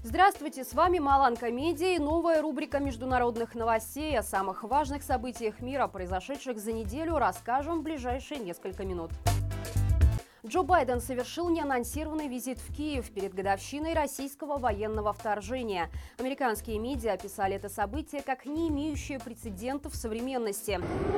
Здравствуйте, с вами Маланка Медиа и новая рубрика международных новостей. О самых важных событиях мира, произошедших за неделю, расскажем в ближайшие несколько минут. Джо Байден совершил неанонсированный визит в Киев перед годовщиной российского военного вторжения. Американские медиа описали это событие как не имеющее прецедентов в современности.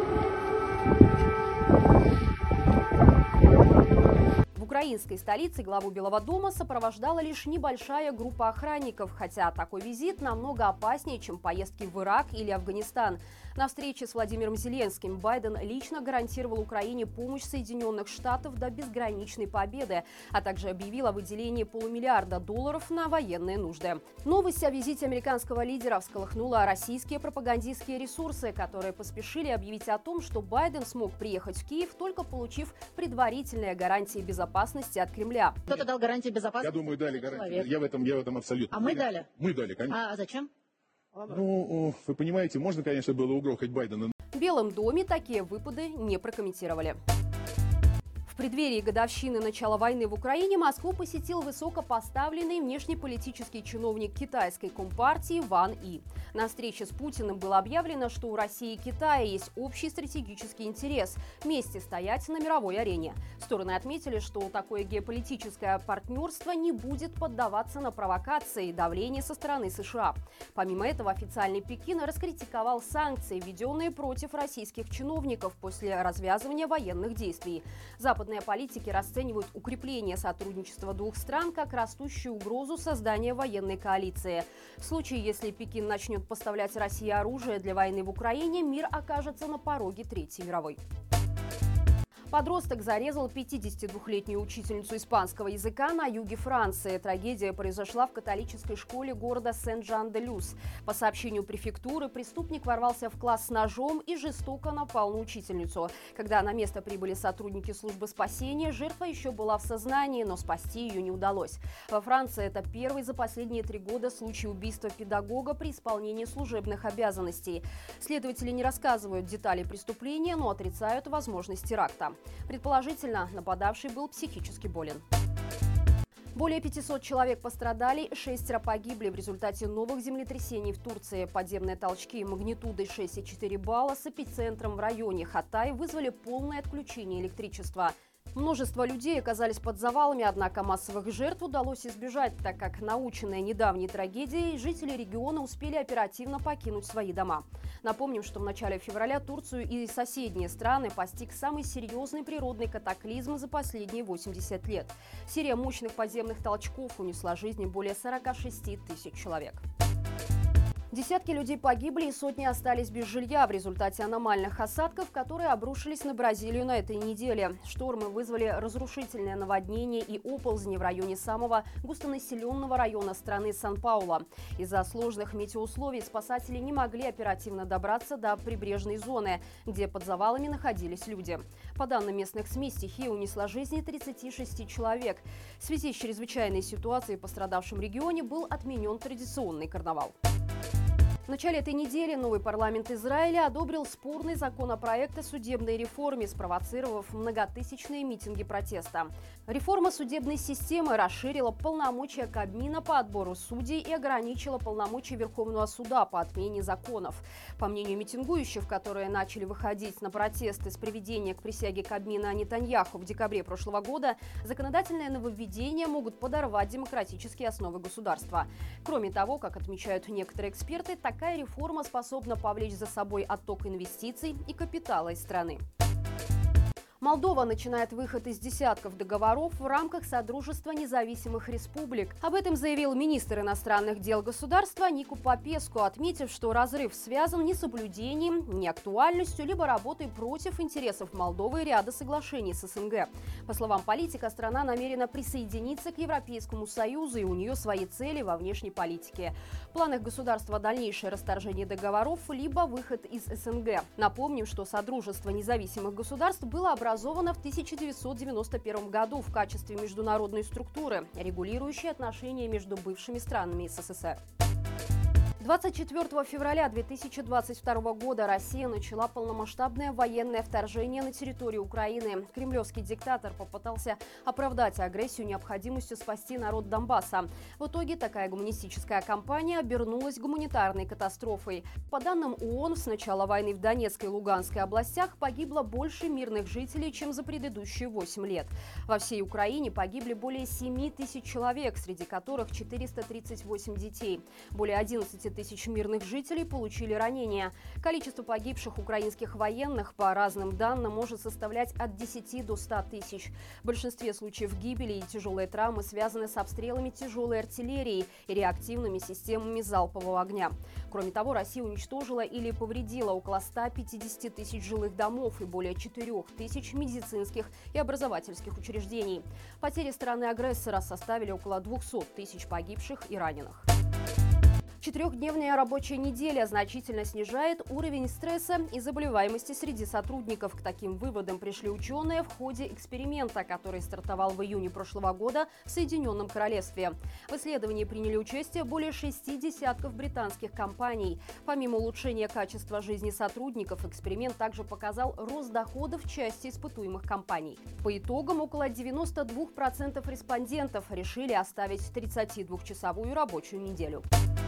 В украинской столице главу Белого дома сопровождала лишь небольшая группа охранников, хотя такой визит намного опаснее, чем поездки в Ирак или Афганистан. На встрече с Владимиром Зеленским Байден лично гарантировал Украине помощь Соединенных Штатов до безграничной победы, а также объявил о выделении $500 миллиарда на военные нужды. Новость о визите американского лидера всколыхнула российские пропагандистские ресурсы, которые поспешили объявить о том, что Байден смог приехать в Киев, только получив предварительные гарантии безопасности от Кремля. Кто-то дал гарантии безопасности? Я думаю, дали гарантии. Я в этом абсолютно. А мы дали? Мы дали, конечно. А зачем? Ну, вы понимаете, можно, конечно, было угрохать Байдена. В Белом доме такие выпады не прокомментировали. В преддверии годовщины начала войны в Украине Москву посетил высокопоставленный внешнеполитический чиновник китайской компартии Ван И. На встрече с Путиным было объявлено, что у России и Китая есть общий стратегический интерес – вместе стоять на мировой арене. Стороны отметили, что такое геополитическое партнерство не будет поддаваться на провокации и давление со стороны США. Помимо этого, официальный Пекин раскритиковал санкции, введенные против российских чиновников после развязывания военных действий. Западные политики расценивают укрепление сотрудничества двух стран как растущую угрозу создания военной коалиции. В случае, если Пекин начнет поставлять России оружие для войны в Украине, мир окажется на пороге Третьей мировой. Подросток зарезал 52-летнюю учительницу испанского языка на юге Франции. Трагедия произошла в католической школе города Сен-Жан-де-Люс. По сообщению префектуры, преступник ворвался в класс с ножом и жестоко напал на учительницу. Когда на место прибыли сотрудники службы спасения, жертва еще была в сознании, но спасти ее не удалось. Во Франции это первый за последние 3 года случай убийства педагога при исполнении служебных обязанностей. Следователи не рассказывают деталей преступления, но отрицают возможность теракта. Предположительно, нападавший был психически болен. Более 500 человек пострадали, 6 погибли в результате новых землетрясений в Турции. Подземные толчки магнитудой 6,4 балла с эпицентром в районе Хатай вызвали полное отключение электричества. Множество людей оказались под завалами, однако массовых жертв удалось избежать, так как, наученные недавней трагедией, жители региона успели оперативно покинуть свои дома. Напомним, что в начале февраля Турцию и соседние страны постиг самый серьезный природный катаклизм за последние 80 лет. Серия мощных подземных толчков унесла жизни более 46 тысяч человек. Десятки людей погибли и сотни остались без жилья в результате аномальных осадков, которые обрушились на Бразилию на этой неделе. Штормы вызвали разрушительное наводнение и оползни в районе самого густонаселенного района страны Сан-Паулу. Из-за сложных метеоусловий спасатели не могли оперативно добраться до прибрежной зоны, где под завалами находились люди. По данным местных СМИ, стихия унесла жизни 36 человек. В связи с чрезвычайной ситуацией в пострадавшем регионе был отменен традиционный карнавал. В начале этой недели новый парламент Израиля одобрил спорный законопроект о судебной реформе, спровоцировав многотысячные митинги протеста. Реформа судебной системы расширила полномочия Кабмина по отбору судей и ограничила полномочия Верховного суда по отмене законов. По мнению митингующих, которые начали выходить на протесты с приведения к присяге Кабмина Нетаньяху в декабре прошлого года, законодательные нововведения могут подорвать демократические основы государства. Кроме того, как отмечают некоторые эксперты, такая реформа способна повлечь за собой отток инвестиций и капитала из страны. Молдова начинает выход из десятков договоров в рамках Содружества независимых республик. Об этом заявил министр иностранных дел государства Нику Попеску, отметив, что разрыв связан не с соблюдением, не актуальностью, либо работой против интересов Молдовы и ряда соглашений с СНГ. По словам политика, страна намерена присоединиться к Европейскому Союзу, и у нее свои цели во внешней политике. В планах государства дальнейшее расторжение договоров, либо выход из СНГ. Напомним, что Содружество независимых государств было образовано в 1991 году в качестве международной структуры, регулирующей отношения между бывшими странами СССР. 24 февраля 2022 года Россия начала полномасштабное военное вторжение на территорию Украины. Кремлевский диктатор попытался оправдать агрессию необходимостью спасти народ Донбасса. В итоге такая гуманистическая кампания обернулась гуманитарной катастрофой. По данным ООН, с начала войны в Донецкой и Луганской областях погибло больше мирных жителей, чем за предыдущие 8 лет. Во всей Украине погибли более 7 тысяч человек, среди которых 438 детей. Более 11 тысяч мирных жителей получили ранения. Количество погибших украинских военных, по разным данным, может составлять от 10 до 100 тысяч. В большинстве случаев гибели и тяжелые травмы связаны с обстрелами тяжелой артиллерии и реактивными системами залпового огня. Кроме того, Россия уничтожила или повредила около 150 тысяч жилых домов и более 4 тысяч медицинских и образовательских учреждений. Потери страны-агрессора составили около 200 тысяч погибших и раненых. Четырехдневная рабочая неделя значительно снижает уровень стресса и заболеваемости среди сотрудников. К таким выводам пришли ученые в ходе эксперимента, который стартовал в июне прошлого года в Соединенном Королевстве. В исследовании приняли участие более 6 десятков британских компаний. Помимо улучшения качества жизни сотрудников, эксперимент также показал рост доходов части испытуемых компаний. По итогам, около 92% респондентов решили оставить 32-часовую рабочую неделю.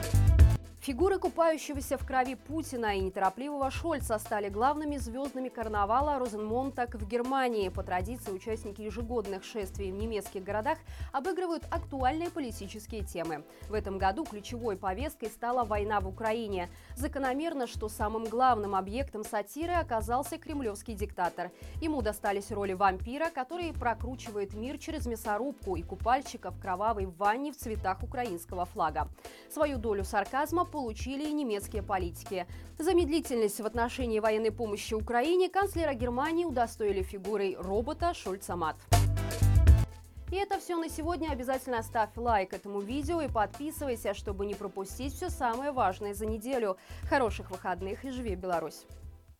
Фигуры купающегося в крови Путина и неторопливого Шольца стали главными звездами карнавала Розенмонтаг в Германии. По традиции, участники ежегодных шествий в немецких городах обыгрывают актуальные политические темы. В этом году ключевой повесткой стала война в Украине. Закономерно, что самым главным объектом сатиры оказался кремлевский диктатор. Ему достались роли вампира, который прокручивает мир через мясорубку, и купальщика в кровавой ванне в цветах украинского флага. Свою долю сарказма получили и немецкие политики. За медлительность в отношении военной помощи Украине канцлера Германии удостоили фигурой робота Шольца-Мат. И это все на сегодня. Обязательно ставь лайк этому видео и подписывайся, чтобы не пропустить все самое важное за неделю. Хороших выходных и живи Беларусь!